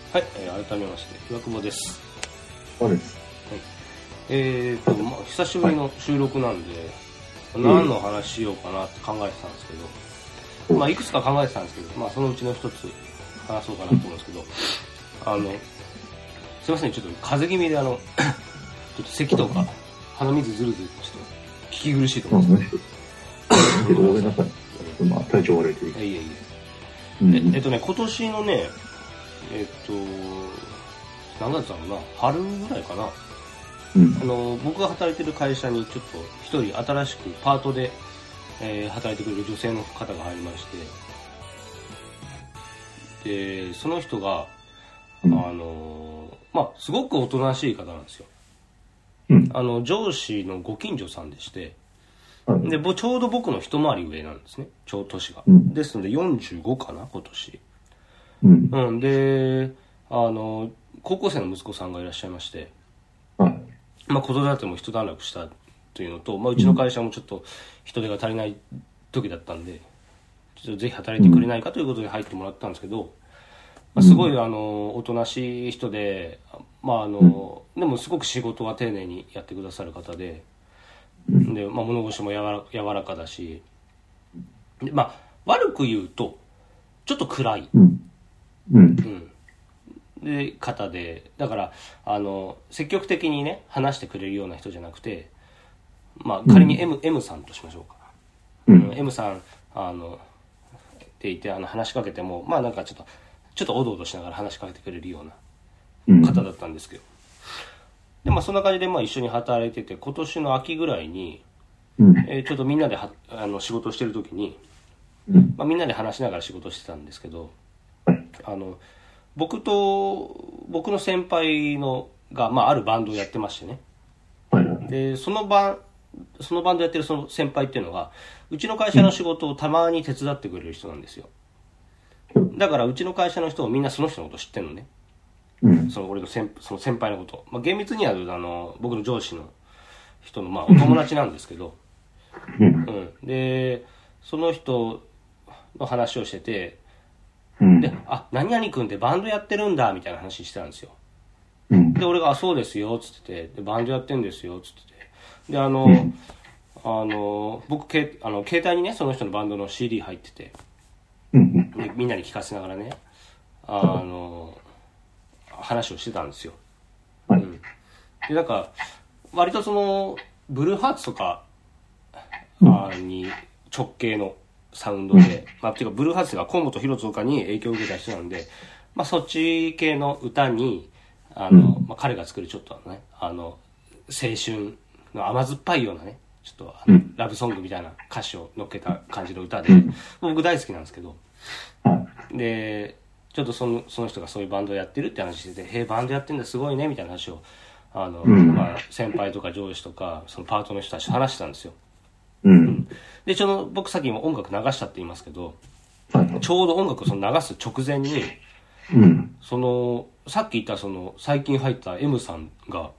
はい、改めまして岩久保です。 そうです。 久しぶりの収録なんで、何の話しようかなって考えてたんですけど、いくつか考えてたんですけど、そのうちの一つ話そうかなと思うんですけど、すいません、ちょっと風邪気味でちょっと咳とか鼻水ずるずるちょっと聞き苦しいと思うんですけど、 ごめんなさい。今体調悪いという。 いえいえ。今年のね、何だったのかな、春ぐらいかな。僕が働いてる会社にちょっと一人新しくパートで、働いてくれる女性の方が入りまして、でその人がすごくおとなしい方なんですよ。上司のご近所さんでして、でちょうど僕の一回り上なんですね、年が。ですので45かな、今年。で高校生の息子さんがいらっしゃいまして、子育ても一段落したというのと、うちの会社もちょっと人手が足りない時だったんで、ちょっとぜひ働いてくれないかということで入ってもらったんですけど、すごいおとなしい人で、でもすごく仕事は丁寧にやってくださる方で、物腰も柔らかだし、で悪く言うとちょっと暗い、で方で、だから積極的にね話してくれるような人じゃなくて、仮に M さんとしましょうか。M さんって言って話しかけてもなんかちょっとおどおどしながら話しかけてくれるような方だったんですけど、でそんな感じで一緒に働いてて、今年の秋ぐらいに、ちょっとみんなで仕事をしてる時に、みんなで話しながら仕事をしてたんですけど、僕の先輩が、あるバンドをやってましてね、でそのバンドやってるその先輩っていうのがうちの会社の仕事をたまに手伝ってくれる人なんですよ。だからうちの会社の人もみんなその人のこと知ってるのね、その俺のその先輩のこと、厳密には僕の上司の人のお友達なんですけど、でその人の話をしてて、で何々君ってバンドやってるんだみたいな話してたんですよ。で俺がそうですよっつってて、でバンドやってるんですよっつってて、で僕携帯にねその人のバンドの CD 入ってて、でみんなに聞かせながらね話をしてたんですよ。でなんか割とそのブルーハーツとかに直系のサウンドで、っていうかブルーハーツが河本大とかに影響を受けた人なんで、そっち系の歌に彼が作るちょっとね青春の甘酸っぱいようなねちょっとラブソングみたいな歌詞を乗っけた感じの歌で、僕大好きなんですけど、でちょっとその人がそういうバンドをやってるって話してて、バンドやってんだすごいねみたいな話を先輩とか上司とかそのパートの人たちと話してたんですよ。で僕さっきも音楽流したって言いますけど、ちょうど音楽を流す直前に、さっき言った最近入った M さんが、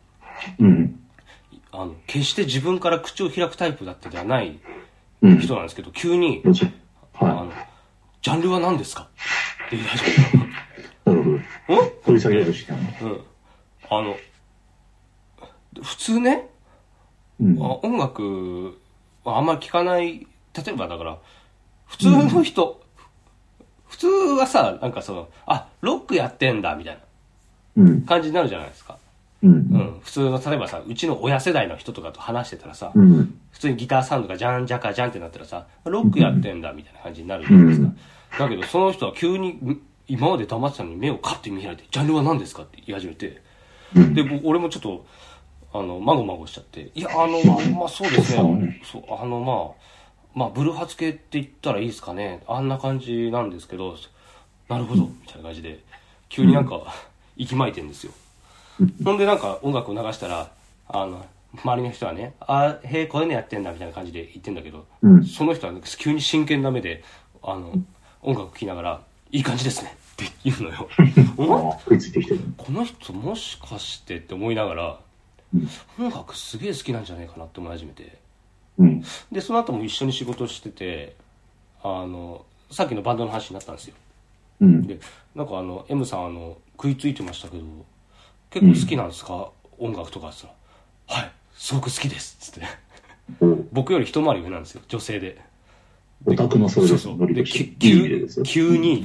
決して自分から口を開くタイプだったではない人なんですけど、急にジャンルは何ですかって言い始めた。 なるほど。掘り下げようとしてたの。 普通ね、音楽はあんまり聞かない。例えばだから普通の人、普通はさなんかロックやってんだみたいな感じになるじゃないですか。普通の例えばさうちの親世代の人とかと話してたらさ、普通にギターサウンドがジャンジャカジャンってなったらさロックやってんだみたいな感じになるじゃないですか。だけどその人は急に今まで黙ってたのに目をカッて見開いて、ジャンルは何ですかって言い始めて、で俺もちょっとまごまごしちゃって、いやそうですね、ブルーハーツ系って言ったらいいですかね、あんな感じなんですけど、なるほどみたいな感じで急になんか息巻いてるんですよ。ほんでなんか音楽を流したら周りの人はねへえこういうのやってんだみたいな感じで言ってんだけど、その人は急に真剣な目で音楽聴きながらいい感じですねって言うのよ。この人もしかしてって思いながら、音楽すげえ好きなんじゃないかなって思い始めて、でその後も一緒に仕事しててさっきのバンドの話になったんですよ。でなんかM さん食いついてましたけど、結構好きなんですか、音楽とかって言ったら、はい、すごく好きですっつって僕より一回り上なんですよ、女性で。 オタクのそうですそうで急に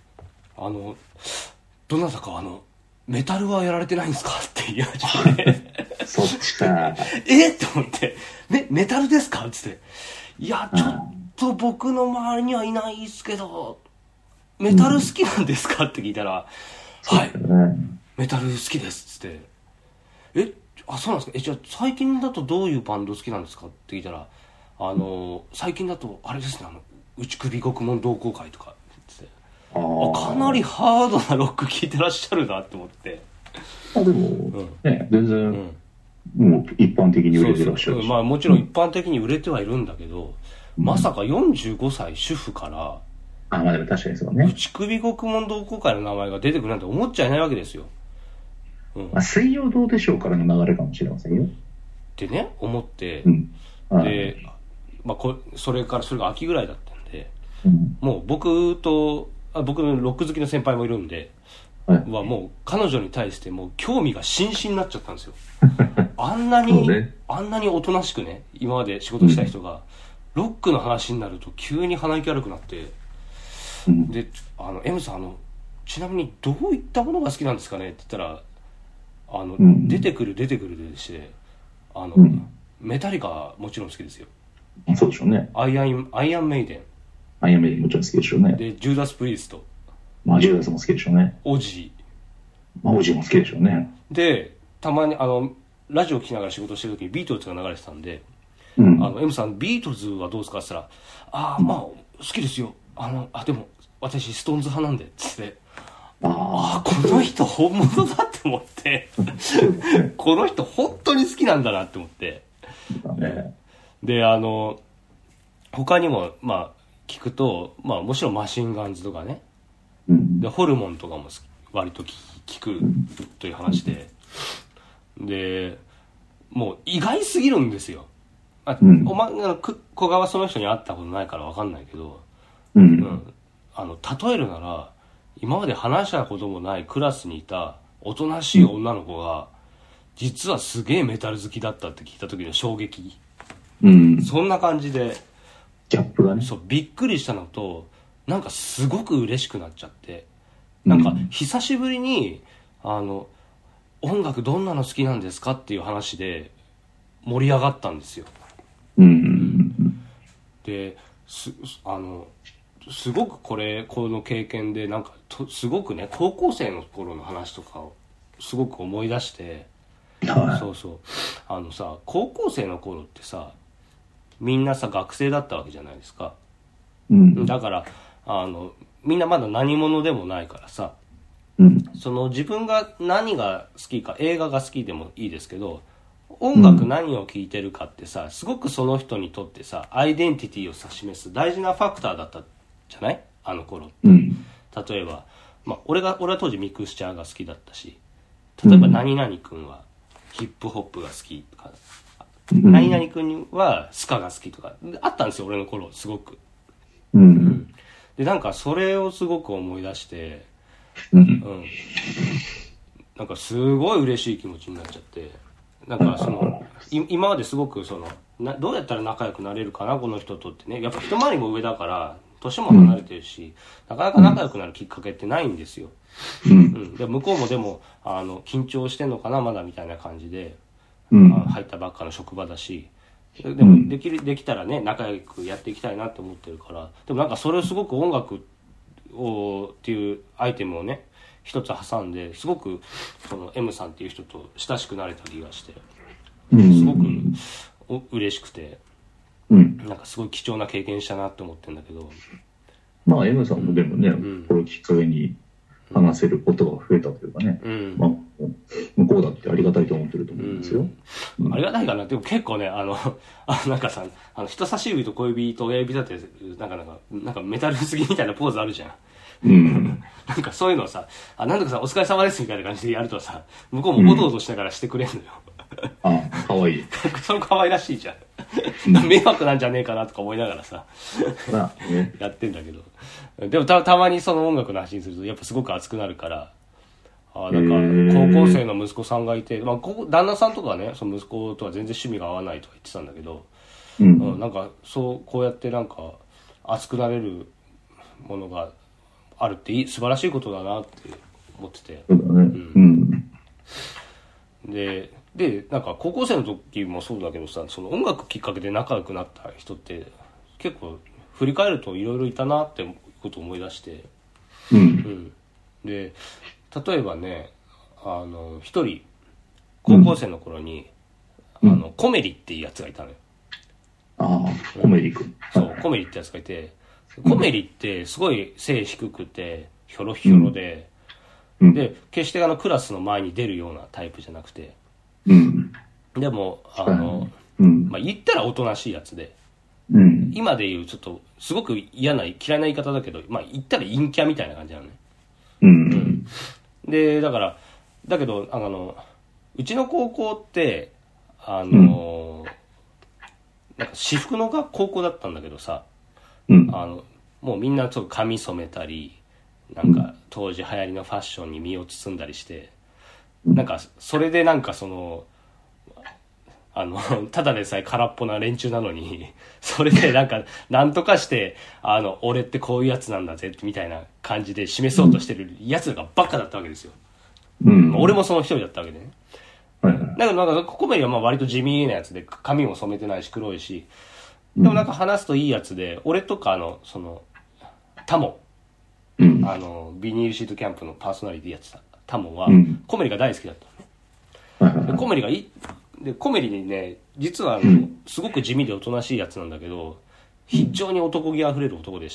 どなたかメタルはやられてないんですかって言い始めてそっちかって思ってメタルですかっつって、いやちょっと僕の周りにはいないですけどメタル好きなんですかって聞いたら、はい、メタル好きですっつって、そうなんですか、じゃあ最近だとどういうバンド好きなんですかって聞いたら、最近だとあれですね、内首獄門同好会とかってかなりハードなロック聴いてらっしゃるなって思って。 でも、ね、全然、もう一般的に売れてらっしゃるし、 まあもちろん一般的に売れてはいるんだけど、まさか45歳主婦からまあでも確かにそうね、 内首獄門同好会の名前が出てくるなんて思っちゃいないわけですよ。 水曜どうでしょうからの流れかもしれませんよってね思って、で、それが秋ぐらいだったんで、もう僕のロック好きの先輩もいるんで、もう彼女に対してもう興味が津々になっちゃったんですよあんなにおとなしくね今まで仕事した人が、ロックの話になると急に鼻息悪くなって、でM さんちなみにどういったものが好きなんですかねって言ったら出てくるでしてメタリカもちろん好きですよ。 そうでしょうね。 アイアンメイデンもちろん好きでしょうね。 でジューダス・プリースト、 ジューダスも好きでしょうね。 オジオジも好きでしょうね。 でたまにラジオ聴きながら仕事してる時にビートルズが流れてたんで、M さんビートルズはどうですかって言ったら、まあ好きですよ、でも私ストーンズ派なんでっつって、この人本物だって思ってこの人本当に好きなんだなって思って、で他にも聞くと、もちろんマシンガンズとかね、でホルモンとかも割と聞くという話で、でもう意外すぎるんですよ。お前小川その人に会ったことないから分かんないけど、例えるなら今まで話したこともないクラスにいたおとなしい女の子が実はすげえメタル好きだったって聞いた時の衝撃、そんな感じでギャップがね、 そうびっくりしたのと、なんかすごく嬉しくなっちゃって、なんか久しぶりに音楽どんなの好きなんですかっていう話で盛り上がったんですよ。ですごくこの経験でなんかすごくね高校生の頃の話とかをすごく思い出して、そうさ高校生の頃ってさみんなさ学生だったわけじゃないですか、だからみんなまだ何者でもないからさ、その自分が何が好きか、映画が好きでもいいですけど音楽何を聴いてるかってさ、すごくその人にとってさアイデンティティを示す大事なファクターだったじゃない、あの頃って、例えば、俺は当時ミクスチャーが好きだったし、例えば何々君はヒップホップが好きとか、何々君はスカが好きとかあったんですよ俺の頃すごく、でなんかそれをすごく思い出して、なんかすごい嬉しい気持ちになっちゃって、なんか今まですごくどうやったら仲良くなれるかなこの人とってね、やっぱ一回りも上だから年も離れてるし、なかなか仲良くなるきっかけってないんですよ、で向こうもでも緊張してんのかなまだみたいな感じで、入ったばっかの職場だし、でもできたらね仲良くやっていきたいなと思ってるから、でもなんかそれをすごく音楽っていうアイテムをね一つ挟んですごくM さんっていう人と親しくなれた気がして、すごく嬉しくて、なんかすごい貴重な経験したなって思ってるんだけど、 M さんもでもね、これをきっかけに話せることが増えたというかね、向こうだってありがたいと思ってると思うんですよ、 ありがたいかな。でも結構ねなんかさ人差し指と小指と親指立ててなんかメタル好きみたいなポーズあるじゃん、なんかそういうのをさなんとかさんお疲れ様ですみたいな感じでやるとさ向こうもおどおどしながらしてくれるのよ、 かわいいそれかわいらしいじゃん、迷惑なんじゃねえかなとか思いながらさやってんだけど、でもたまにその音楽の話にするとやっぱすごく熱くなるから、 なんか高校生の息子さんがいて、まあ、旦那さんとかはねその息子とは全然趣味が合わないとか言ってたんだけど、なんかこうやってなんか熱くなれるものがあるって素晴らしいことだなって思ってて。 そうだね。 でなんか高校生の時もそうだけどさ、その音楽きっかけで仲良くなった人って結構振り返るといろいろいたなってことを思い出して、で例えばね一人高校生の頃に、コメリっていうやつがいたのよ。 コメリ君。 そうコメリってやつがいて、コメリってすごい背低くてひょろひょろで、で決してクラスの前に出るようなタイプじゃなくて、でもまあ、言ったらおとなしいやつで、今で言うちょっとすごく嫌な嫌いな言い方だけど、まあ、言ったら陰キャみたいな感じなのね。でだけどうちの高校ってなんか私服の高校だったんだけどさ、もうみんなちょっと髪染めたりなんか当時流行りのファッションに身を包んだりして、なんかそれでなんかただでさえ空っぽな連中なのにそれでなんとかして俺ってこういうやつなんだぜみたいな感じで示そうとしてるやつがばっかだったわけですよ。俺もその一人だったわけでね。だけどコメリはまあ割と地味なやつで髪も染めてないし黒いし、でも話すといいやつで、俺とかタモ、ビニールシートキャンプのパーソナリティやってたタモは、コメリが大好きだったのね。でコメリにね実はすごく地味でおとなしいやつなんだけど、非常に男気あふれる男でして、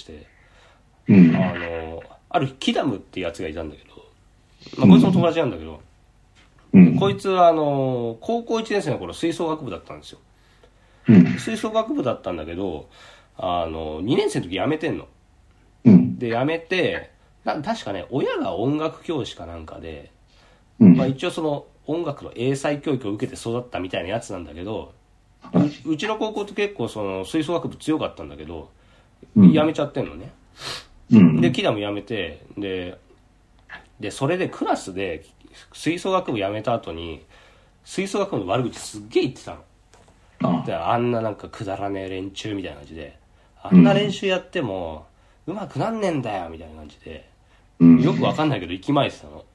ある日キダムっていうやつがいたんだけど、まあ、こいつも友達なんだけど、こいつは高校1年生の頃吹奏楽部だったんですよ。吹奏楽部だったんだけど2年生の時辞めてんの。で辞めて確かね親が音楽教師かなんかで、まあ、一応その音楽の英才教育を受けて育ったみたいなやつなんだけど、うちの高校って結構その吹奏楽部強かったんだけど、辞めちゃってんのね。でキダム辞めてでそれでクラスで吹奏楽部辞めた後に吹奏楽部の悪口すっげえ言ってたの。であんななんかくだらねえ連中みたいな感じで、あんな練習やってもうまくなんねんだよみたいな感じで、よくわかんないけど息巻いてたの。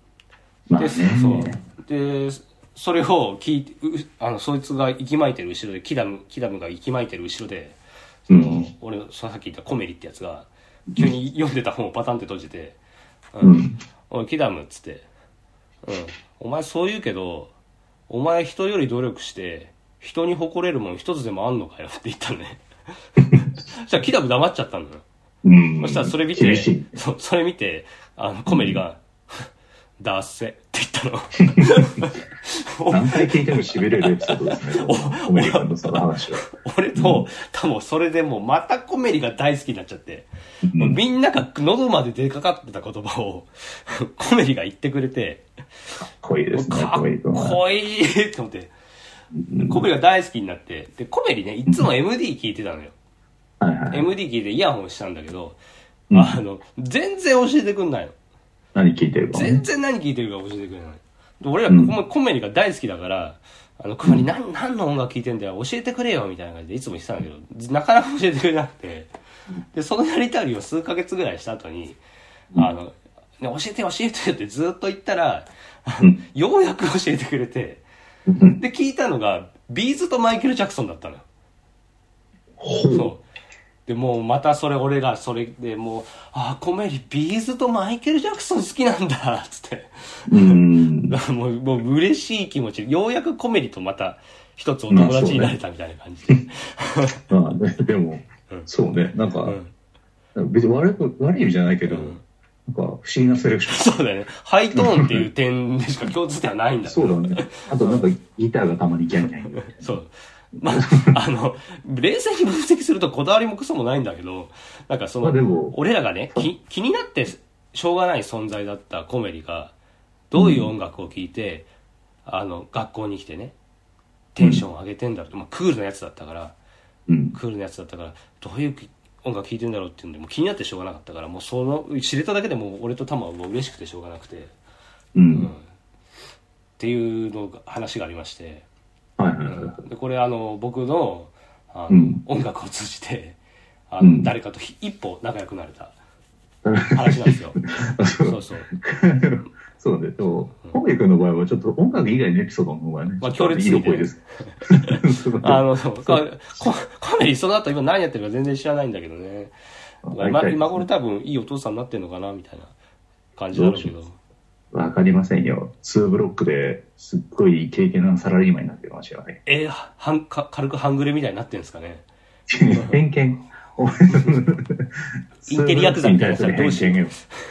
でそれを聞いてそいつが息巻いてる後ろでキダムが息巻いてる後ろで俺さっき言ったコメリってやつが急に読んでた本をパタンって閉じておいキダムっつって、お前そう言うけどお前人より努力して人に誇れるもん一つでもあんのかよって言ったのね。そしたらキダム黙っちゃったんだよ。そしたらそれ見てコメリがだっせって言ったの。何回聞いてもしびれるエピソードですね。コメリ君のその話は。 俺と多分それでもうまたコメリが大好きになっちゃって、みんなが喉まで出かかってた言葉をコメリが言ってくれて、 かっこいいですね。 かっこいいと思って、コメリが大好きになって、でコメリねいつも MD 聞いてたのよ。MD 聞いてイヤホンしたんだけど、全然教えてくんないの。 何聞いてるか、 全然何聞いてるか教えてくれない。俺らコメリが大好きだからコメリ何の音楽聴いてんだよ教えてくれよみたいな感じでいつも言ってたんだけど、なかなか教えてくれなくて、でそのやりたりを数ヶ月ぐらいした後にね、教えてってずっと言ったらようやく教えてくれて、で聞いたのがビーズとマイケル・ジャクソンだったのよ。そうでもうまた俺がそれでもうコメリビーズとマイケル・ジャクソン好きなんだっつってもう嬉しい気持ち、ようやくコメリとまた一つお友達になれたみたいな感じで、 まあね、でも、そうねなんか、別に悪い意味じゃないけど、なんか不思議なセレクション。 そうだよね、ハイトーンっていう点でしか共通点はないんだそうだね。あとなんかギターがたまにギャンギャンそうまあ、冷静に分析するとこだわりもクソもないんだけど、なんか俺らがね気になってしょうがない存在だったコメリがどういう音楽を聴いて、学校に来てねテンションを上げてんだろうと、クールなやつだったから、どういう音楽聴いてんだろうっていうのでもう気になってしょうがなかったから、もう知れただけでもう俺とタマはもう嬉しくてしょうがなくて、 っていうのが話がありまして、 はいはいはい、 でこれ僕の音楽を通じて誰かと一歩仲良くなれた話なんですよ。そうそうそうね。でも本家君の場合はちょっと音楽以外のエピソードの方がね、 強烈すぎて、 です。 コメディその後今何やってるか全然知らないんだけどね。今頃多分いいお父さんになってんのかなみたいな感じだろうけど。 わかりませんよ。2ブロックですっごい経験なサラリーマンになってるかもしれない。 軽く半グレみたいになってるんですかね。 偏見。 インテリヤクザみたいなさ、どうしよう。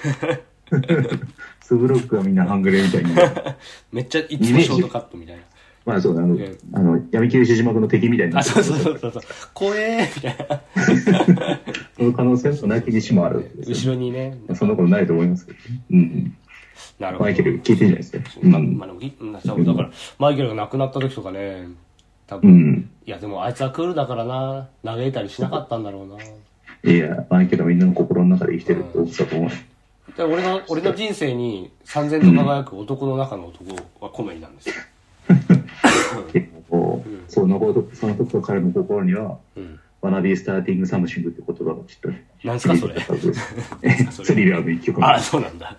2ブロックはみんな半グレみたいに。 めっちゃいつもショートカットみたいな。 まあそうだ、闇切り獅子幕の敵みたいな。 そう。怖えーみたいな。 その可能性もなきにしもある。 後ろにね。 そんなことないと思いますけど。うん。 なるほど。 マイケル聞いてるじゃないですか。 だから、マイケルが亡くなった時とかね、多分、いやでもあいつはクールだからな、嘆いたりしなかったんだろうな。 いや、マイケルはみんなの心の中で生きてるって思ったと思う。 俺の人生に燦然と輝く男の中の男はコメディなんですよ。 その時の彼の心には、ワナビースターティングサムシングって言葉がきっと。 なんすかそれ。 スリラーの一曲。 あ、そうなんだ。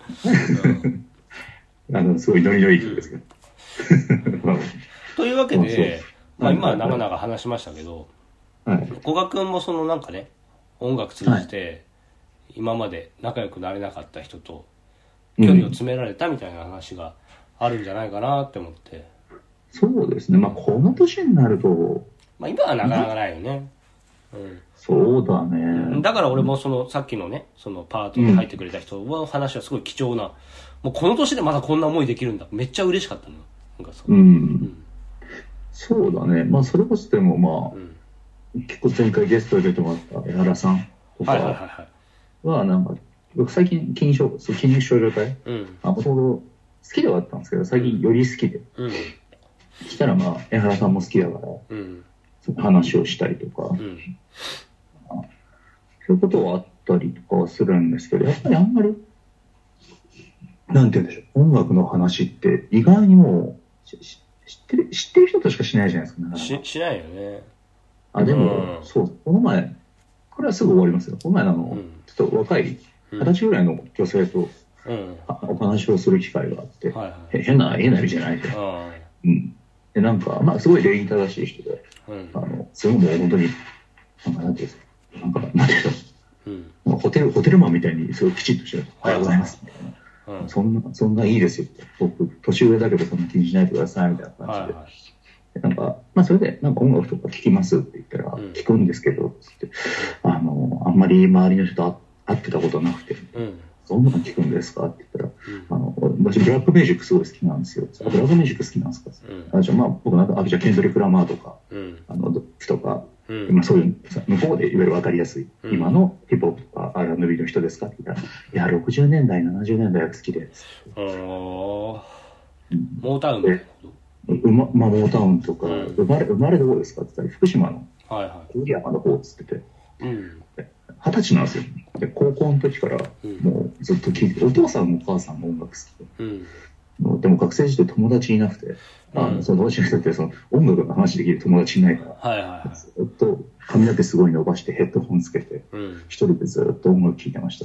すごいノリのいい曲ですけど。 というわけで、今は長々話しましたけど、古賀くんもそのなんかね、音楽通じて今まで仲良くなれなかった人と距離を詰められたみたいな話があるんじゃないかなって思って。 そうですね。この年になると、 今はなかなかないよね。 そうだね。 だから俺もさっきのね、そのパートに入ってくれた人の話はすごい貴重な。もうこの年でまだこんな思いできるんだ。めっちゃ嬉しかったの。なんかそうだね。それこそでも結構前回ゲストで出てもらった江原さんとかはなんか、僕最近筋肉症状体、もともと好きではあったんですけど、最近より好きで。したら江原さんも好きだから、話をしたりとか、そういうことはあったりとかはするんですけど、やっぱりあんまり、なんて言うんでしょう、音楽の話って意外にもう知ってる人としかしないじゃないですか。 しないよね。 でも、そう、この前、これはすぐ終わりますよ。この前ちょっと若い、20歳ぐらいの女性とお話をする機会があって、変な意味じゃないで。で、なんか、すごい礼儀正しい人で、すごいもう本当に、なんていうんですか、なんていうの、ホテルマンみたいにすごいきちっとしてる。おはようございます。みたいな。そんないいですよ。僕、年上だけどそんな気にしないでください。みたいな感じで。なんか、それで、なんか音楽とか聞きますって言ったら、聞くんですけど、つって、あんまり周りの人と会ってたことなくて、どんなの聞くんですかって言ったら、私、ブラックミュージックすごい好きなんですよ。ブラックミュージック好きなんですか？じゃあ、僕なんか、じゃあ、ケンドリック・ラマーとか、ドックとか、そういう、向こうでいわゆる分かりやすい、今のヒップホップとか R&B の人ですかって言ったら、いや、60年代、70年代が好きで。 モータウンモータウンとか、生まれどこですかって言ったら、福島の郡山の方っつってて、20歳なんですよ。で、高校の時からもうずっと聴いて、お父さんもお母さんも音楽好きで、でも学生時代友達いなくて、その友達の人って音楽の話できる友達いないから、ずっと髪の毛すごい伸ばしてヘッドホンつけて、一人でずっと音楽聴いてました。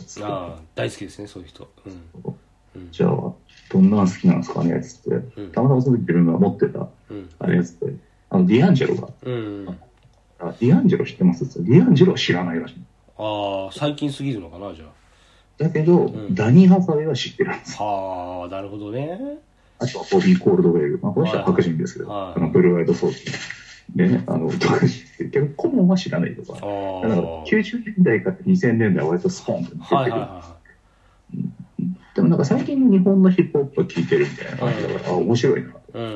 大好きですね、そういう人。 じゃあ、どんなの好きなんですかねつって、たまたまその時自分が持ってた、あれやつで、ディアンジェロが、ディアンジェロ知ってますってディアンジェロは知らないらしい。 最近すぎるのかな、じゃあ。 だけど、ダニー・ハサウェイは知ってるんです。 なるほどね。 あとはボビー・コールドウェル。この人は白人ですけど、ブルーアイドソース。でね、結局、コモンは知らないとか。だから90年代から2000年代は割とスポンって出てくる。でもなんか最近の日本のヒップホップを聴いてるみたいな感じだから、面白いなと思って。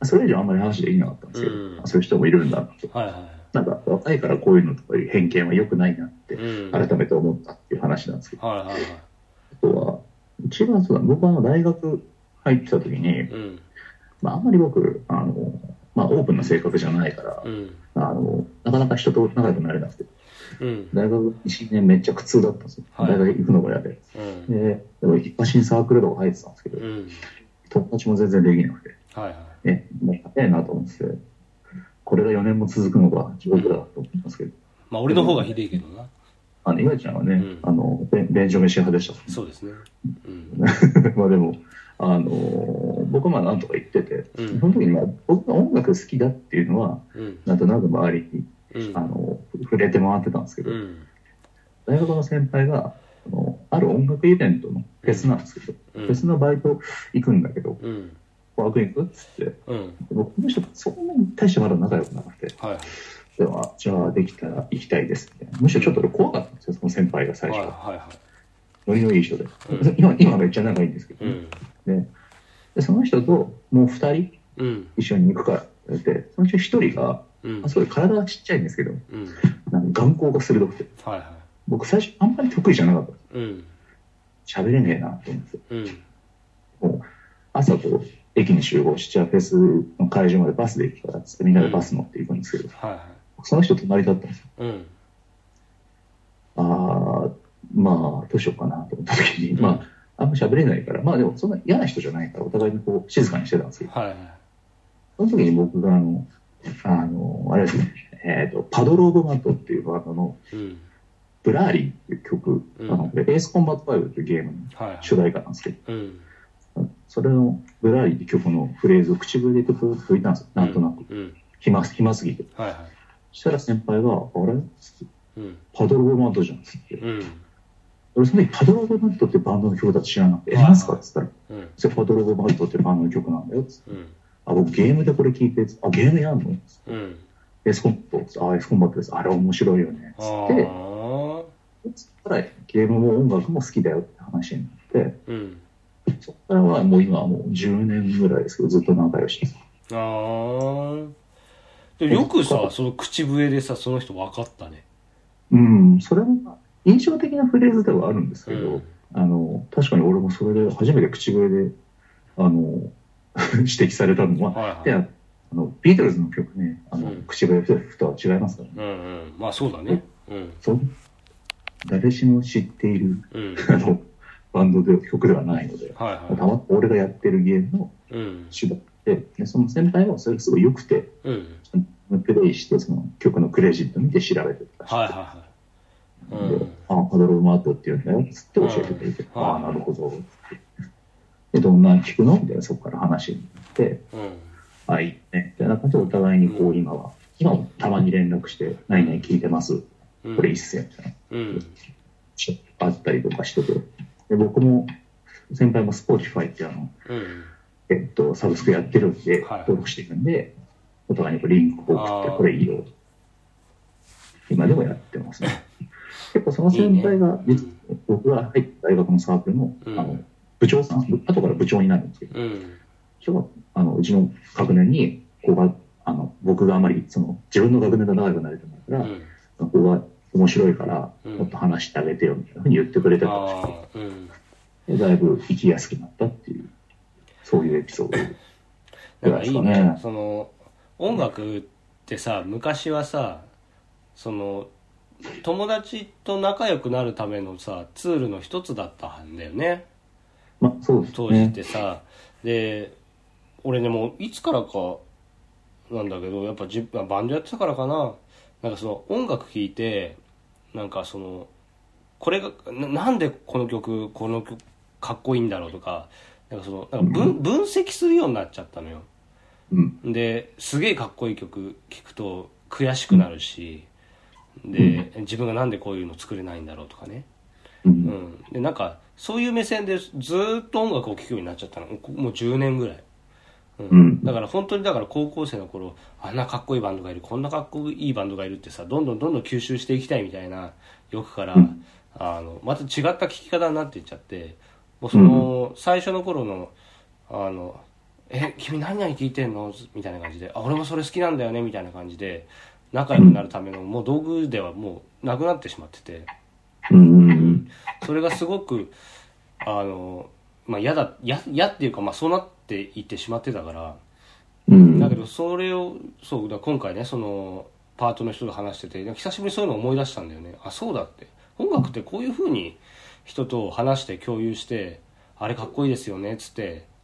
それ以上あんまり話できなかったんですけど、そういう人もいるんだなと。なんか若いからこういうのとかいう偏見は良くないなって改めて思ったっていう話なんですけど、あとは一番僕は大学入ってた時に、あんまり僕オープンな性格じゃないから、なかなか人と仲良くなれなくて、大学1年めっちゃ苦痛だったんですよ。大学行くのが嫌で、でも一発にサークルとか入ってたんですけど、 友達も全然できなくて、 はいはい、 もう早いなと思ってて、これが4年も続くのが地獄だと思いますけど。 まあ俺の方がひでえけどな。 岩井ちゃんはね、便所飯派でしたもんね。 そうですね。 まあでも、僕はなんとか言ってて、その時に僕が音楽好きだっていうのは、なんとなく周りに、触れて回ってたんですけど、大学の先輩が、ある音楽イベントのフェスなんですけど、フェスのバイト行くんだけど、ワーク行くっつって、僕この人そんなに大してまだ仲良くなくて、ではじゃあできたら行きたいですって。むしろちょっと怖かったんですよ、その先輩が最初。ノリのいい人で。今めっちゃ仲いいんですけど、でその人ともう2人一緒に行くからって言って、そのうち1人が、すごい体がちっちゃいんですけど、なんか眼光が鋭くて、僕最初あんまり得意じゃなかった。喋れねえなと思って。もう朝こう駅に集合し、じゃあフェスの会場までバスで行くからっつってみんなでバス乗っていくんですけど、その人隣だったんですよ。まあどうしようかなと思った時に、まああんま喋れないから、まあでもそんな嫌な人じゃないからお互いにこう静かにしてたんですよ。その時に僕があれですね、パドローブマットっていうバンドのブラーリーっていう曲、エースコンバット5っていうゲームの主題歌なんですけど、それのブラーリーって曲のフレーズを口笛で吹いたんですよ、なんとなく。暇すぎて。そしたら先輩が、あれパドローブマットじゃんっつって。俺その時パドローブマットってバンドの曲だと知らなくて、何すかっつったら、それパドローブマットってバンドの曲なんだよっつって。僕ゲームでこれ聞いて、ゲームやんのっつって。エスコンバットです。あれ面白いよねっつって。そったらゲームも音楽も好きだよって話になって、そこからはもう今はもう10年ぐらいですけどずっと仲良しです。 よくさ、その口笛でさ、その人分かったね。 それは印象的なフレーズではあるんですけど、確かに俺もそれで初めて口笛で指摘されたのは、ビートルズの曲ね、口笛とは違いますからね。 まあそうだね。 誰しも知っている、バンドで曲ではないので、たま俺がやってるゲームの主題で、その先輩はそれがすごい良くて、プレイしてその曲のクレジット見て調べてたらしくて、パドローマートっていうんだよっつって教えてくれて、なるほどっつって。で、どんな聞くのみたいな、そこから話になって、いいね、みたいな感じでお互いにこう今もたまに連絡して、何々聞いてます、これいいっすよ、みたいな。あったりとかしてて、で僕も先輩も Spotify ってサブスクやってるんで、登録してるんで、お互いにリンクを送って、これいいよ。今でもやってますね。結構その先輩が、僕が入った大学のサークルの、部長さん、後から部長になるんですけど、うちの学年に、僕があまり自分の学年が長くなれてないから、ここが面白いからもっと話してあげてよみたいなふうに言ってくれてたらしくて、だいぶ生きやすくなったっていう、そういうエピソードぐらいですかね。なんかいいね。その音楽ってさ、昔はさ、友達と仲良くなるためのさツールの一つだったんだよね。 そうですね。 当時ってさ、で俺ね、もういつからかなんだけど、やっぱバンドやってたからかな。なんか音楽聴いて、なんかこれがなんでこの曲かっこいいんだろうとか、なんか分析するようになっちゃったのよ。ですげえかっこいい曲聴くと悔しくなるし、で自分がなんでこういうの作れないんだろうとかね。でなんかそういう目線でずっと音楽を聴くようになっちゃったの。もう10年ぐらい。だから本当に高校生の頃、あんなかっこいいバンドがいる、こんなかっこいいバンドがいるってさ、どんどん吸収していきたいみたいな欲から、また違った聴き方になっていっちゃって、もう最初の頃の君何々聴いてんのみたいな感じで、俺もそれ好きなんだよねみたいな感じで仲良くなるためのもう道具ではもうなくなってしまってて、それがすごく嫌っていうか、そうなっていってしまってたから、だけどそれを今回ね、パートの人が話してて、久しぶりにそういうのを思い出したんだよね。そうだって、音楽ってこういう風に人と話して共有して、あれかっこいいですよねっつって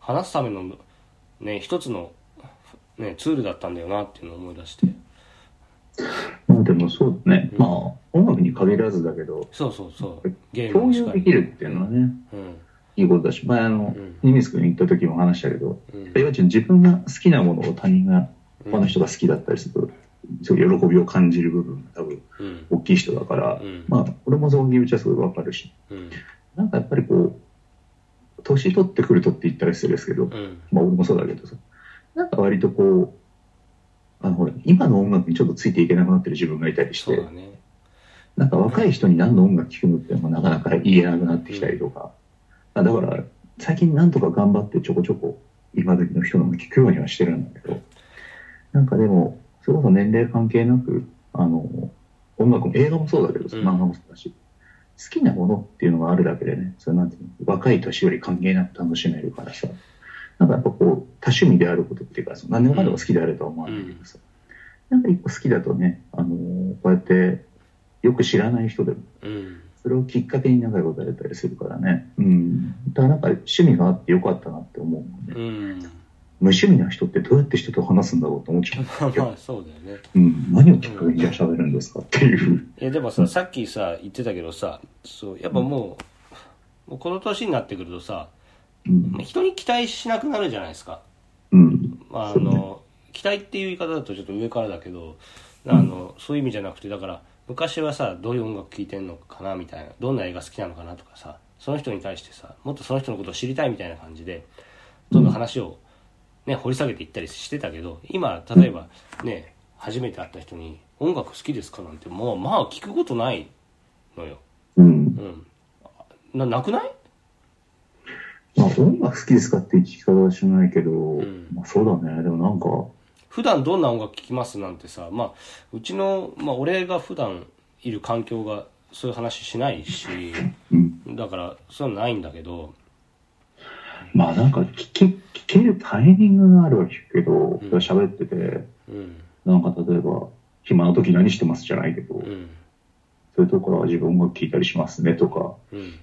話すためのね一つのねツールだったんだよなっていうのを思い出して。 まあでもそうだね、まあ音楽に限らずだけど、 そうゲーム共有できるっていうのはね、いいことだし、前ニミス君に行った時も話したけど、いわゆる自分が好きなものを他人が他の人が好きだったりすると、そういう喜びを感じる部分が多分大きい人だから、まあ俺もその気持ちはすごいわかるし、なんかやっぱりこう年取ってくるとって言ったりするんですけど、まあ俺もそうだけどさ、なんか割とこうほら今の音楽にちょっとついていけなくなってる自分がいたりして、なんか若い人に何の音楽聴くのっていうのもなかなか言えなくなってきたりとか、だから最近なんとか頑張ってちょこちょこ今時の人のも聴くようにはしてるんだけど、なんかでもそれこそ年齢関係なく音楽も映画もそうだけどさ、漫画もそうだし、好きなものっていうのがあるだけでね、それなんていうの、若い年より関係なく楽しめるからさ、なんかやっぱこう多趣味であることっていうか、何でもかんでも好きであるとは思わないけどさ、なんか一個好きだとね、こうやってよく知らない人でも、それをきっかけに仲良くなれたりするからね、だからなんか趣味があってよかったなって思うもんね。無趣味な人ってどうやって人と話すんだろうと思っちゃう。 まあそうだよね。 何をきっかけにじゃあ喋るんですかっていう。 でもさ、さっきさ言ってたけどさ、そうやっぱもうこの年になってくるとさ、人に期待しなくなるじゃないですか。期待っていう言い方だとちょっと上からだけど、そういう意味じゃなくて、だから昔はさ、どういう音楽聴いてんのかなみたいな、どんな映画好きなのかなとかさ、その人に対してさ、もっとその人のことを知りたいみたいな感じでどんどん話をね掘り下げていったりしてたけど、今例えばね初めて会った人に音楽好きですかなんてもうまあ聞くことないのよ。なくない？ まあ、音楽好きですかって聞き方はしないけど、まあ、そうだね。でもなんか普段どんな音楽聴きますなんてさ、まあうちの、俺が普段いる環境がそういう話しないし、だからそういうのないんだけど、 まあなんか聞けるタイミングがあるわけけど、喋ってて、なんか例えば暇な時何してますじゃないけど、そういうところは自分音楽聴いたりしますねとか、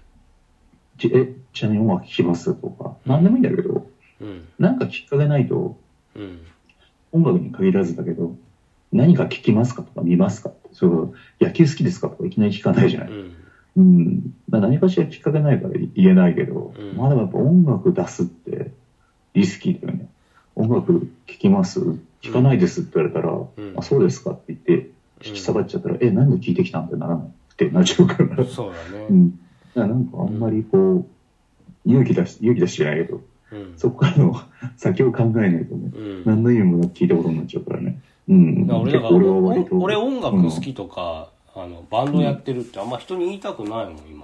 ちなみに音楽聴きますとか、何でもいいんだけど、なんかきっかけないと、音楽に限らずだけど、何か聴きますかとか見ますかって、野球好きですかとかいきなり聞かないじゃない。何かしらきっかけないから言えないけど、まあでもやっぱ音楽出すってリスキーだよね。音楽聴きます？聴かないですって言われたら、あ、そうですかって言って引き下がっちゃったら、なんで聴いてきたんってならないってなっちゃうから。 そうだね。 なんかあんまりこう、勇気出しじゃないけど、そこからの先を考えないとね、何の意味もなく聞いたことになっちゃうからね。 俺音楽好きとか、バンドやってるってあんま人に言いたくないもん今。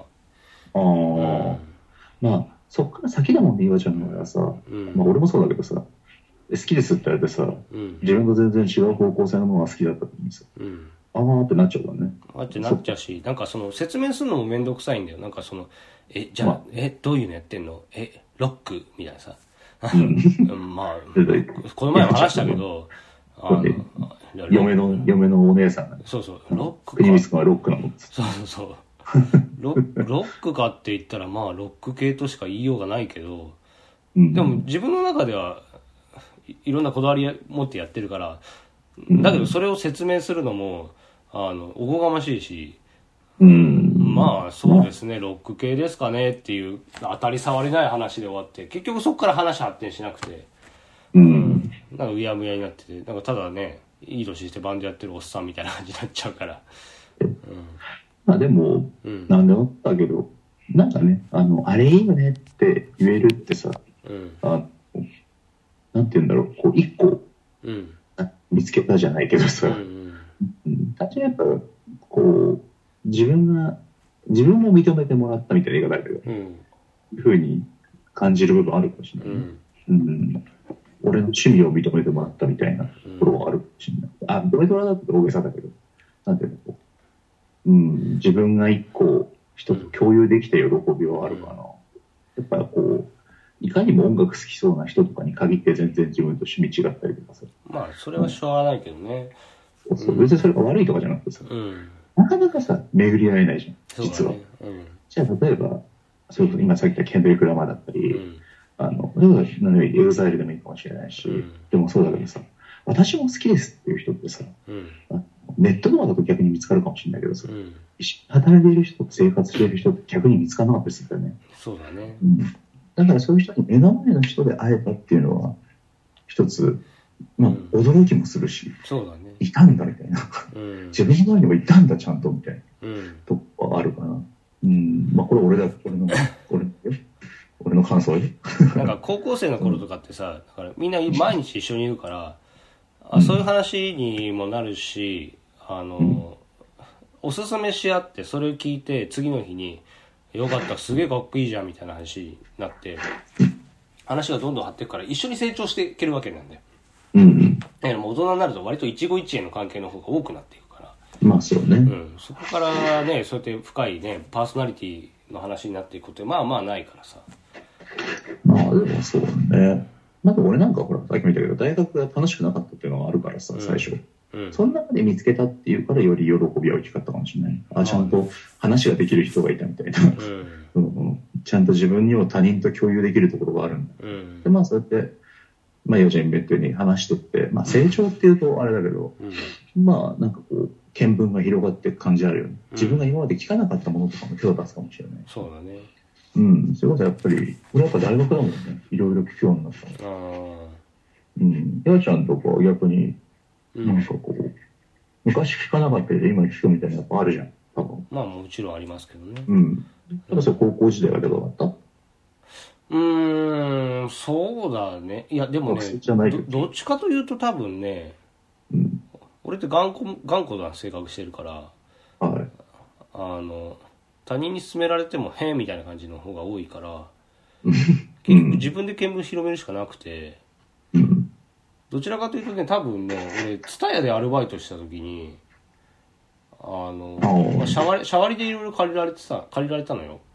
まあそっから先だもんね、岩ちゃんの場合はさ、まあ俺もそうだけどさ、好きですって言われてさ、自分と全然違う方向性のものが好きだった時にさ、あーってなっちゃうからね。 ってなっちゃうし、なんかその説明するのもめんどくさいんだよ。なんかそのじゃあ、どういうのやってんの？ロックみたいなさ。まあこの前も話したけど、 嫁のお姉さんが、 そうロックか。 クリス君はロックなもん。 そうロックかって言ったらまあロック系としか言いようがないけど、でも自分の中ではいろんなこだわり持ってやってるから、だけどそれを説明するのもおこがましいし、まあそうですね、ロック系ですかねっていう当たり障りない話で終わって、結局そこから話発展しなくて、なんかうやむやになってて、なんかただねいい年してバンドやってるおっさんみたいな感じになっちゃうから。 まあでも、なんでもだけど、なんかね、あれいいよねって言えるってさ、なんて言うんだろう、こう一個、見つけたじゃないけどさ、単純にやっぱこう自分も認めてもらったみたいな言い方だけど、いうふうに感じる部分あるかもしれないね。俺の趣味を認めてもらったみたいなところはあるかもしれない。認めてもらったって大げさだけど、なんていうの、自分が一個人と共有できた喜びはあるかな。やっぱりこういかにも音楽好きそうな人とかに限って全然自分と趣味違ったりとかさ。まあそれはしょうがないけどね。 別にそれが悪いとかじゃなくてさ、なかなかさ巡り合えないじゃん、実は。じゃあ例えばそれこそ今さっき言ったケンドリック・ラマーだったり、 エグザイルでもいいかもしれないし、でもそうだけどさ、私も好きですっていう人ってさ、ネットとかだと逆に見つかるかもしれないけどさ、働いている人、生活している人って逆に見つからなかったりするんだよね。 そうだね。 だからそういう人に目の前の人で会えたっていうのは、一つ、驚きもするし、 そうだね。 いたんだみたいな。自分の前にもいたんだ、ちゃんと、みたいな。とこはあるかな。これ俺の感想で。 なんか高校生の頃とかってさ、だからみんな毎日一緒にいるから、そういう話にもなるし、おすすめし合ってそれを聞いて次の日によかったすげえかっこいいじゃんみたいな話になって話がどんどん張っていくから一緒に成長していけるわけなんだよ。だからもう大人になると割と一期一会の関係の方が多くなっていくから、 そうね、 そこからねそうやって深いねパーソナリティの話になっていくことってまあないからさ。 でもそうね。俺なんかほらさっきも言ったけど大学が楽しくなかったっていうのがあるからさ、最初。その中で見つけたっていうからより喜びは大きかったかもしれない。ちゃんと話ができる人がいたみたいな。ちゃんと自分にも他人と共有できるところがあるんだ。で、そうやって、幼稚園弁当に話してって、成長っていうとあれだけど、なんかこう、見聞が広がっていく感じあるよね。自分が今まで聞かなかったものとかも手を出すかもしれない。 そうだね。 そういうことはやっぱり、俺やっぱ大学だもんね。いろいろ聞くようになったの。やちゃんとか逆に、なんかこう、昔聞かなかったけど今聞くみたいなのやっぱあるじゃん、多分。 もちろんありますけどね。 ただ高校時代はどうだった？ そうだね。いや、でもね、どっちかというと多分ね、俺って頑固な性格してるから、他人に勧められてもへえみたいな感じの方が多いから結局自分で見聞広めるしかなくて、どちらかというとね多分ね俺TSUTAYAでアルバイトした時にシャワリでいろいろ借りられたのよ。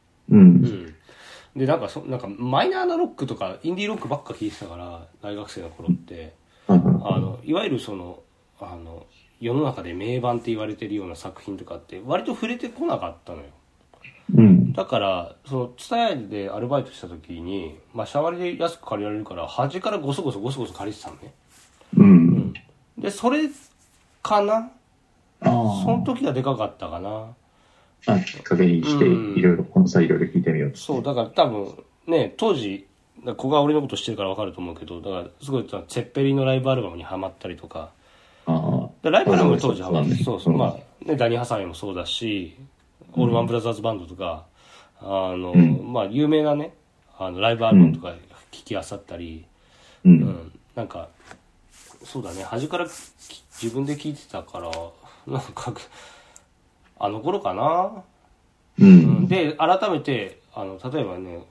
でなんかマイナーなロックとかインディーロックばっか聴いてたから大学生の頃っていわゆる世の中で名盤って言われてるような作品とかって割と触れてこなかったのよ。だからTSUTAYAでアルバイトした時に、シャワリで安く借りられるから端からゴソゴソ借りてたのね。でそれかな。その時はでかかったかな。 きっかけにしていろいろこの際いろいろ聞いてみよう。 そうだから多分ね当時ここが俺のこと知ってるから分かると思うけど、だからすごいツェッペリンのライブアルバムにハマったりとか。ライブアルバム当時ハマって、ダニ・ハサウェイもそうだし、オールマン・ブラザーズバンドとか有名なねライブアルバムとか聴きあさったり、なんかそうだね端から自分で聴いてたからなんかあの頃かな。で改めて例えばね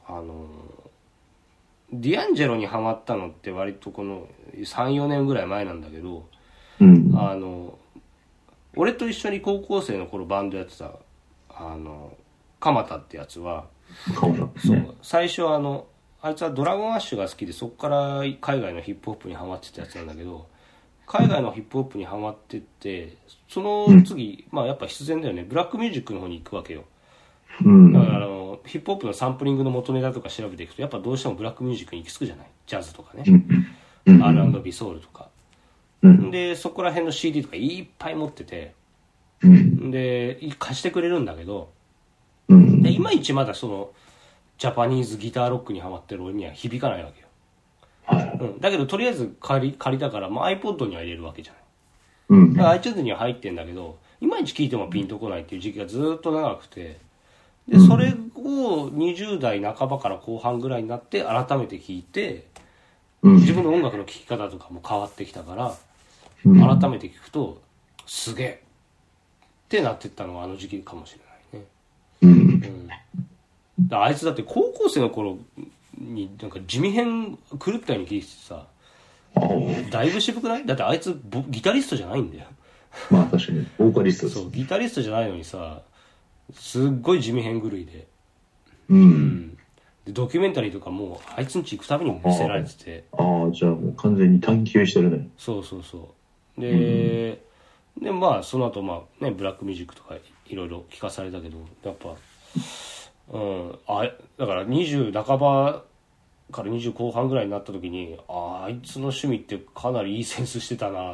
ディアンジェロにハマったのって割とこの 3,4 年ぐらい前なんだけど、俺と一緒に高校生の頃バンドやってた鎌田ってやつは、そう最初あいつはドラゴンアッシュが好きでそこから海外のヒップホップにハマってたやつなんだけど、海外のヒップホップにハマってってその次、やっぱ必然だよねブラックミュージックの方に行くわけよ。だからヒップホップのサンプリングの元ネタとか調べていくとやっぱどうしてもブラックミュージックに行き着くじゃない。ジャズとかね、R&B ソウルとか、でそこら辺の CD とかいっぱい持ってて、で貸してくれるんだけど、でいまいちまだジャパニーズギターロックにハマってる俺には響かないわけよ。だけどとりあえず借りたから、iPod には入れるわけじゃない。だから iTunes には入ってんだけどいまいち聴いてもピンとこないっていう時期がずっと長くて、でそれを20代半ばから後半ぐらいになって改めて聴いて、自分の音楽の聴き方とかも変わってきたから、改めて聴くとすげえってなってったのがあの時期かもしれないね。あいつだって高校生の頃になんか地味編狂ったように聴いててさ、だいぶ渋くない？だってあいつギタリストじゃないんだよ。 確かにボーカリストです。 そうギタリストじゃないのにさすっごい地味変狂いで、でドキュメンタリーとかもあいつんち行くたびに見せられてて、 じゃあもう完全に探求してるね。 そうで、その後ブラックミュージックとかいろいろ聞かされたけどやっぱだから20半ばから20後半ぐらいになった時に、あいつの趣味ってかなりいいセンスしてたなって、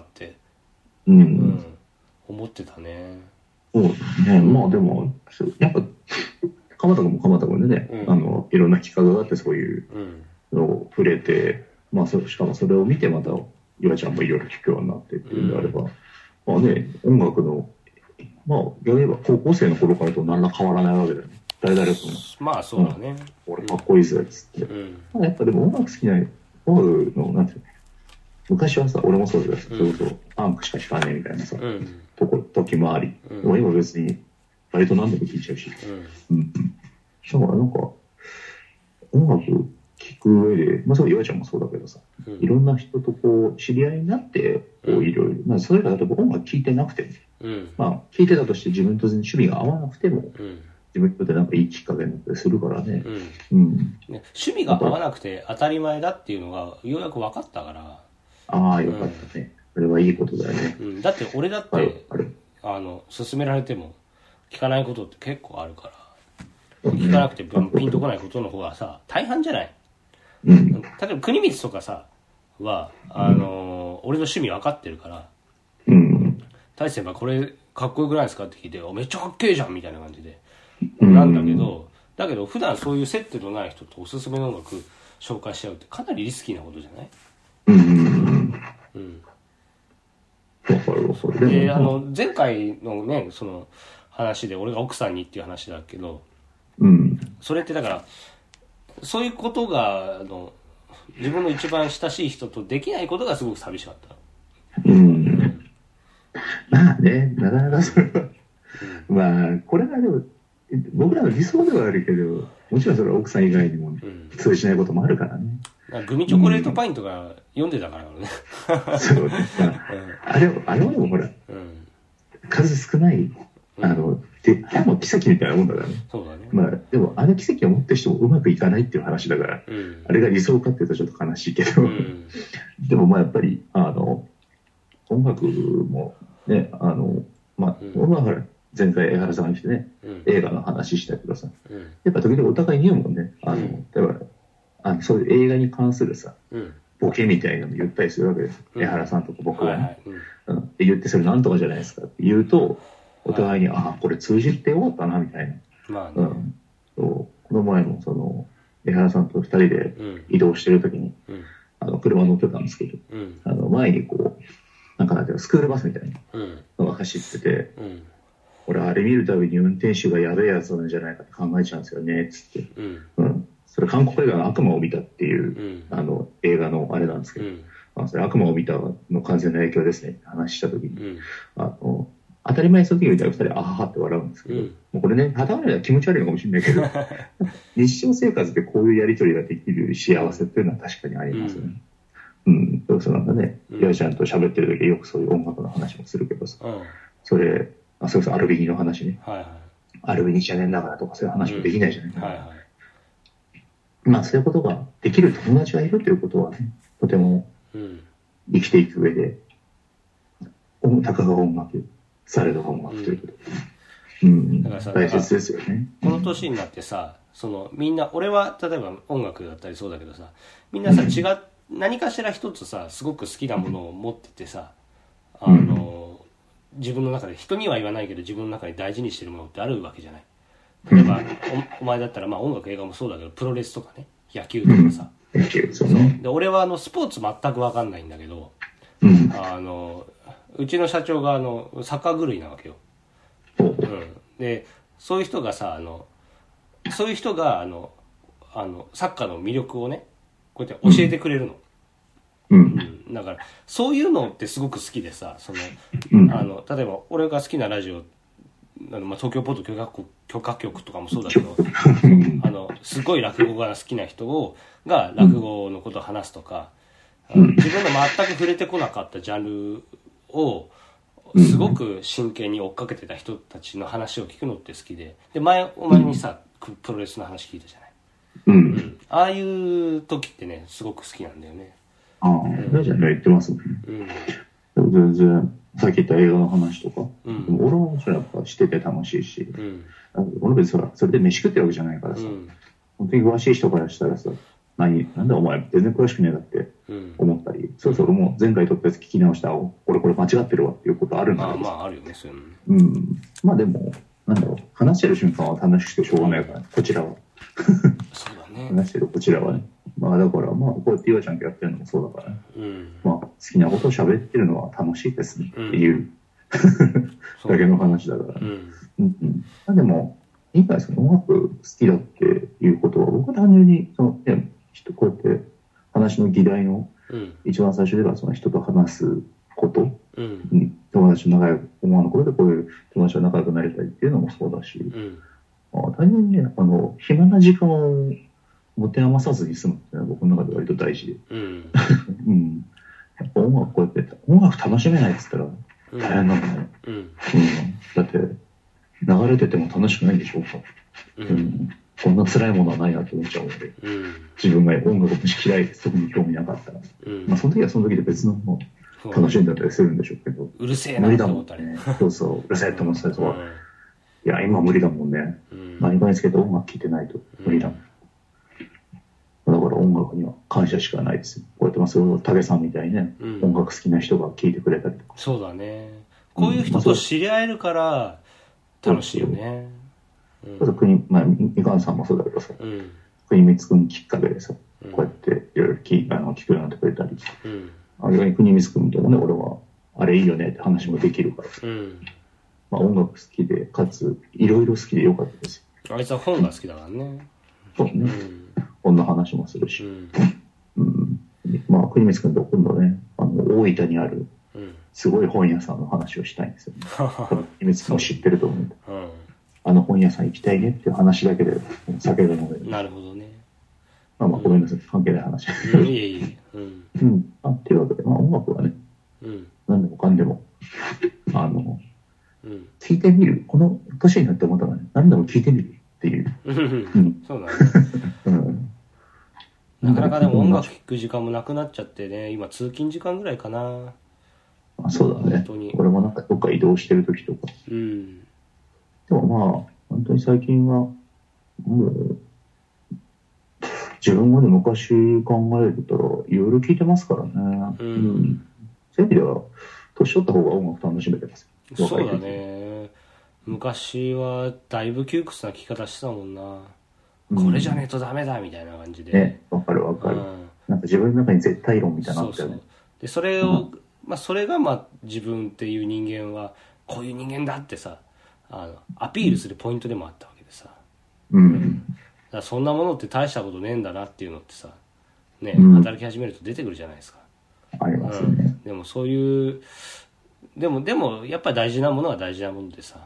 思ってたね。 そうですね。まあでもやっぱ鎌田君も鎌田君でね、いろんな企画があってそういうのを触れて、まあしかもそれを見てまた岩ちゃんもいろいろ聞くようになってっていうんであれば、まあね、音楽のまあ逆に言えば高校生の頃からと何ら変わらないわけだよね。誰々君も。 まあそうだね。 俺かっこいいぜっつって。やっぱでも音楽好きな音楽のなんていうの、昔はさ、俺もそうだけど、それこそパンクしか聴かねえみたいなさ、時もあり、今別に割と何でも聴いちゃうし、しかもなんか音楽聴く上で、まあそう岩ちゃんもそうだけどさ、いろんな人とこう知り合いになってこういろいろ、まあそれら例えば音楽聴いてなくても、まあ聴いてたとして自分と全然趣味が合わなくても、自分にとってなんかいいきっかけになったりするからね。 趣味が合わなくて当たり前だっていうのがようやく分かったから。 ああ、よかったね。それはいいことだよね。 だって俺だって、勧められても聞かないことって結構あるから、聞かなくてピンとこないことの方がさ、大半じゃない。例えば国光とかさ、は、俺の趣味分かってるから、大先輩これかっこよくないですかって聞いて、めっちゃかっけえじゃんみたいな感じで。なんだけど普段そういう接点のない人とおすすめの音楽紹介しちゃうってかなりリスキーなことじゃない？で前回のねその話で俺が奥さんにっていう話だけど、それってだからそういうことが自分の一番親しい人とできないことがすごく寂しかった。 まあね、なかなかそれは、まあこれがでも僕らの理想ではあるけど、もちろんそれは奥さん以外にも通じないこともあるからね。 グミチョコレートパインとか読んでたからね。 そうですか。あれはでもほら、数少ない、あれはもう奇跡みたいなもんだからね。 そうだね。 まあでもあの奇跡を持ってる人もうまくいかないっていう話だから、あれが理想かっていうとちょっと悲しいけど、でもまあやっぱり音楽もね、まあ僕はほら前回江原さんが来てね、映画の話したけどさ、やっぱ時々お互いに言うもんね。例えばそういう映画に関するさ、ボケみたいなの言ったりするわけです。江原さんとか僕がね。って言ってそれなんとかじゃないですかって言うと、お互いにこれ通じてよかったなみたいな。 まあね。 この前もその江原さんと2人で移動してる時に、車乗ってたんですけど、前にこうなんかスクールバスみたいなのが走ってて。俺あれ見るたびに運転手がやべえやつなんじゃないかって考えちゃうんですよねっつって、それ韓国映画の悪魔を見たっていう、映画のあれなんですけど、それ悪魔を見たの完全な影響ですねって話した時に、当たり前にその時見たら2人あははって笑うんですけど、もうこれね肌割りは気持ち悪いのかもしれないけど日常生活でこういうやり取りができる幸せっていうのは確かにありますね。そうなんかね、岩井ちゃんと喋ってる時よくそういう音楽の話もするけどさ、それこそアルビニの話ね、アルビニじゃねえんだからとかそういう話もできないじゃないかな、まあそういうことができる友達がいるということはね、とても生きていく上でたかが音楽されどが音楽ということで、だからさ大切ですよね。 この年になってさ、みんな俺は例えば音楽だったりそうだけどさ、みんなさ何かしら一つさすごく好きなものを持っててさ、自分の中で人には言わないけど自分の中に大事にしてるものってあるわけじゃない。例えばお前だったらまあ音楽映画もそうだけどプロレスとかね、野球とかさ、で俺はスポーツ全く分かんないんだけど、うちの社長がサッカー狂いなわけよ。でそういう人がさサッカーの魅力をねこうやって教えてくれるの。だからそういうのってすごく好きでさ、例えば俺が好きなラジオ、東京ポッド許可局とかもそうだけどすごい落語が好きな人が落語のことを話すとか、自分の全く触れてこなかったジャンルをすごく真剣に追っかけてた人たちの話を聞くのって好きで、お前にさプロレスの話聞いたじゃない。ああいう時ってねすごく好きなんだよね。 ラジオには言ってますもんね。でも全然さっき言った映画の話とか、でも俺ももちろんやっぱしてて楽しいし、俺別にそれで飯食ってるわけじゃないからさ、本当に詳しい人からしたらさ、 なんだお前全然詳しくねえだって思ったり、そろそろもう前回撮ったやつ聞き直したら、俺これ間違ってるわっていうことあるんだけど。 まああるよね、そういうの。 うん。まあでも、なんだろう、話してる瞬間は楽しくてしょうがないから、こちらは。 そうだね。 話してるこちらはね。まあだから、まあこうやって岩ちゃんとやってるのもそうだからね。まあ好きなことを喋ってるのは楽しいですねっていう、だけの話だから。まあでも、いいかですね、音楽好きだっていうことは、僕は単純に、こうやって話の議題の一番最初では、その人と話すことに、友達と仲良く、思わぬことでこういう友達と仲良くなりたいっていうのもそうだし、単純にね、暇な時間を持て余さずに済むっていうのは僕の中で割と大事で。やっぱ音楽こうやって、音楽楽しめないって言ったら大変なんだね。だって、流れてても楽しくないんでしょうか。こんな辛いものはないなって思っちゃうので、自分が音楽も嫌いで特に興味なかったら、まあその時はその時で別のもの楽しんだったりするんでしょうけど、 うるせえなと思ったり、 そうそう、うるせえと思ってたりとか、いや、今無理だもんね。何かにつけて音楽聴いてないと無理だもん。だから音楽には感謝しかないですよ。こうやってそれを武さんみたいにね、音楽好きな人が聴いてくれたりとか。 そうだね。こういう人と知り合えるから楽しいよね。 みかんさんもそうだけどさ、国光くんきっかけでさ、こうやっていろいろ聞くようになってくれたり、逆に国光くんともね、俺はあれいいよねって話もできるから、まあ音楽好きで、かついろいろ好きでよかったですよ。あいつは本が好きだからね。 そうね。こんな話もするし。まあ、国光くんと今度ね、大分にある、すごい本屋さんの話をしたいんですよね。国光くんも知ってると思うんで。本屋さん行きたいねっていう話だけで酒が飲める。 なるほどね。 まあごめんなさい、関係ない話。 いえいえ。 っていうわけで、まあ音楽はね、何でもかんでも、聞いてみる。この年になって思ったのはね、何でも聞いてみるっていう。 そうだね。なかなかでも音楽聴く時間もなくなっちゃってね、今通勤時間ぐらいかな。 そうだね。俺もなんかどっか移動してる時とか。でもまあ、本当に最近は、もう、自分まで昔考えてたら、いろいろ聞いてますからね。そういう意味では、年取った方が音楽楽しめてます。 そうだね。昔はだいぶ窮屈な聴き方してたもんな。これじゃねえとダメだみたいな感じで。 ね、わかるわかる。なんか自分の中に絶対論みたいなのあったよね。 で、それを、それが自分っていう人間は、こういう人間だってさ、アピールするポイントでもあったわけでさ、だからそんなものって大したことねえんだなっていうのってさ、ね、働き始めると出てくるじゃないですか。 ありますね。 でもそういうでもやっぱり大事なものは大事なものでさ、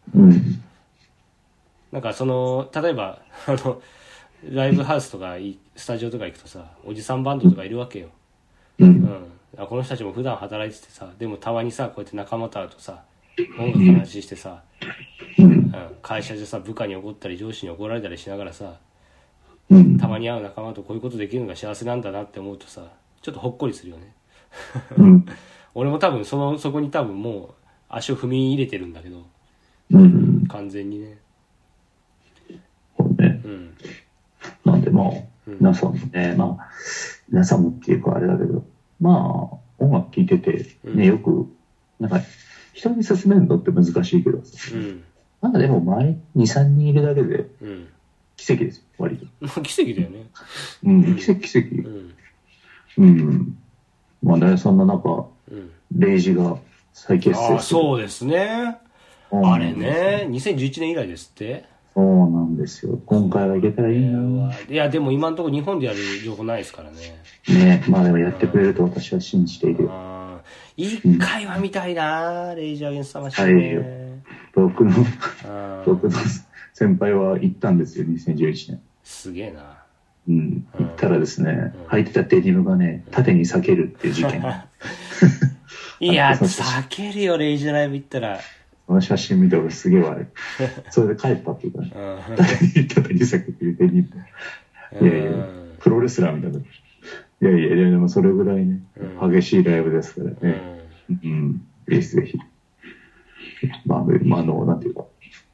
なんか例えばライブハウスとかスタジオとか行くとさ、おじさんバンドとかいるわけよ。この人たちも普段働いててさ、でもたまにさこうやって仲間と会うとさ、音楽の話してさ、会社でさ部下に怒ったり上司に怒られたりしながらさ、たまに会う仲間とこういうことできるのが幸せなんだなって思うとさ、ちょっとほっこりするよね。俺も多分そこに多分もう足を踏み入れてるんだけど、完全にね。 なんでまあ、皆さんもね、皆さんもっていうかあれだけど、音楽聴いてて、ね、よく、なんか、人に勧めるのって難しいけど、なんかでも周り2、3人いるだけで、奇跡ですよ、割と。 奇跡だよね。 奇跡。ね、そんな中、レイジが再結成して。 そうですね。あれね、2011年以来ですって。 そうなんですよ。今回は行けたらいいな。 いや、でも今のところ日本でやる情報ないですからね。 ね、でもやってくれると私は信じている。 一回は見たいな、レイジアゲンスト魂ね。 僕の先輩は行ったんですよ、2011年。 すげえな。 行ったらですね、履いてたデニムがね、縦に裂けるっていう事件。 いや、裂けるよ、レイジのライブ行ったら。 その写真見て俺すげえ悪い。それで帰ったっていうか、縦に裂けてるデニム。いやいや、プロレスラーみたいな。いやいや、でもそれぐらいね、激しいライブですからね。ぜひぜひ。なんていうか、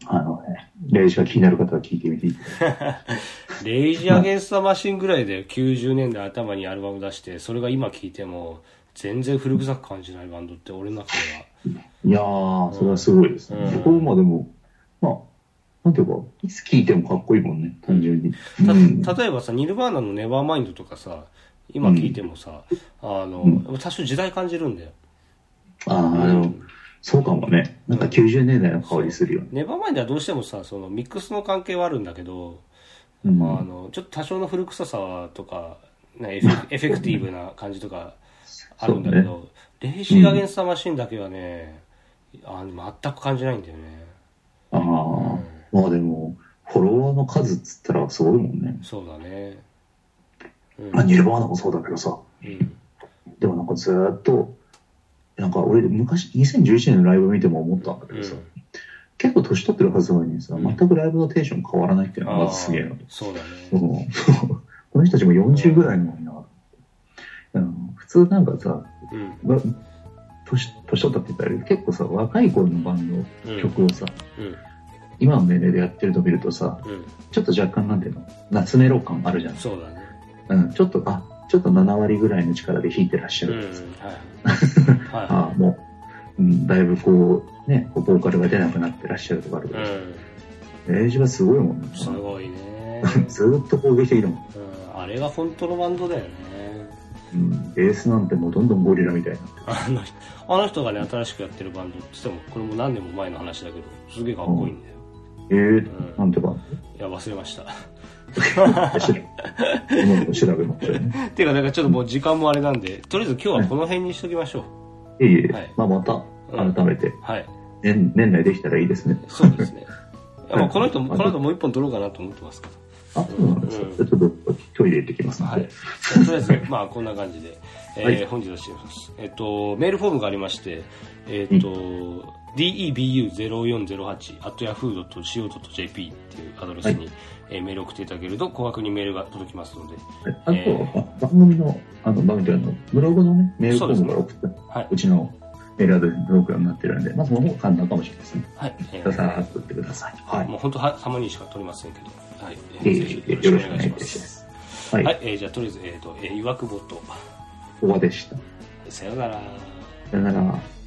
レイジが気になる方は聞いてみていいレイジアゲンストマシンぐらいで90年代頭にアルバム出して、それが今聴いても全然古臭く感じないバンドって俺の中では。 いやー、それはすごいですね。僕もでも、まあ、なんていうか、いつ聴いてもかっこいいもんね、単純に。 例えばさ、ニルバーナのネバーマインドとかさ、今聴いてもさ、多少時代感じるんだよ。 でも、そうかもね。なんか90年代の香りするよね。 ネバーマインドはどうしてもさ、そのミックスの関係はあるんだけど、ちょっと多少の古臭さとか、エフェクティブな感じとかあるんだけど、レイジー・アゲンスト・マシンだけはね、全く感じないんだよね。 まあでも、フォロワーの数っつったらすごいもんね。 そうだね。 ニルバーナもそうだけどさ。でもなんかずーっと、なんか俺昔2011年のライブ見ても思ったんだけどさ、結構年取ってるはずなのにさ、全くライブのテンション変わらないっていうのがまずすげえな。 そうだね。 この人たちも40ぐらいのにな。普通なんかさ、年取ったって言ったら結構さ、若い頃のバンド曲をさ、今の年齢でやってると見るとさ、ちょっと若干なんていうの、夏メロ感あるじゃん。 そうだね。 ちょっと7割ぐらいの力で弾いてらっしゃるんです。もう、だいぶこう、ね、ボーカルが出なくなってらっしゃるとかあるから、レイジはすごいもんね。 すごいね。 ずーっと攻撃的だもん。 あれが本当のバンドだよね。 ベースなんてもうどんどんゴリラみたいになってる。 あの人がね、新しくやってるバンドって言っても、これも何年も前の話だけど、すげえかっこいいんだよ。 なんてバンド？ いや、忘れました。 調べましたね。 ていうか、なんかちょっともう時間もあれなんで、とりあえず今日はこの辺にしときましょう。また改めて、年内できたらいいですね。 そうですね。この後もう一本撮ろうかなと思ってますけど。 そうなんですか。ちょっとトイレ行ってきますので。 とりあえず、まあこんな感じで、本日はしています。メールフォームがありまして、debu0408@yahoo.co.jp っていうアドレスに、メールを送っていただけると高額にメールが届きますので。 あとは番組のブログのね、メールフォームから送ったうちのメールアドレスに届くようになってるんで、まずその方が簡単かもしれないですね。さーっと打ってください。 もう本当たまにしか取りませんけど。 よろしくお願いいたします。 じゃあとりあえず岩久保と小和でした。 さよなら。 さよなら。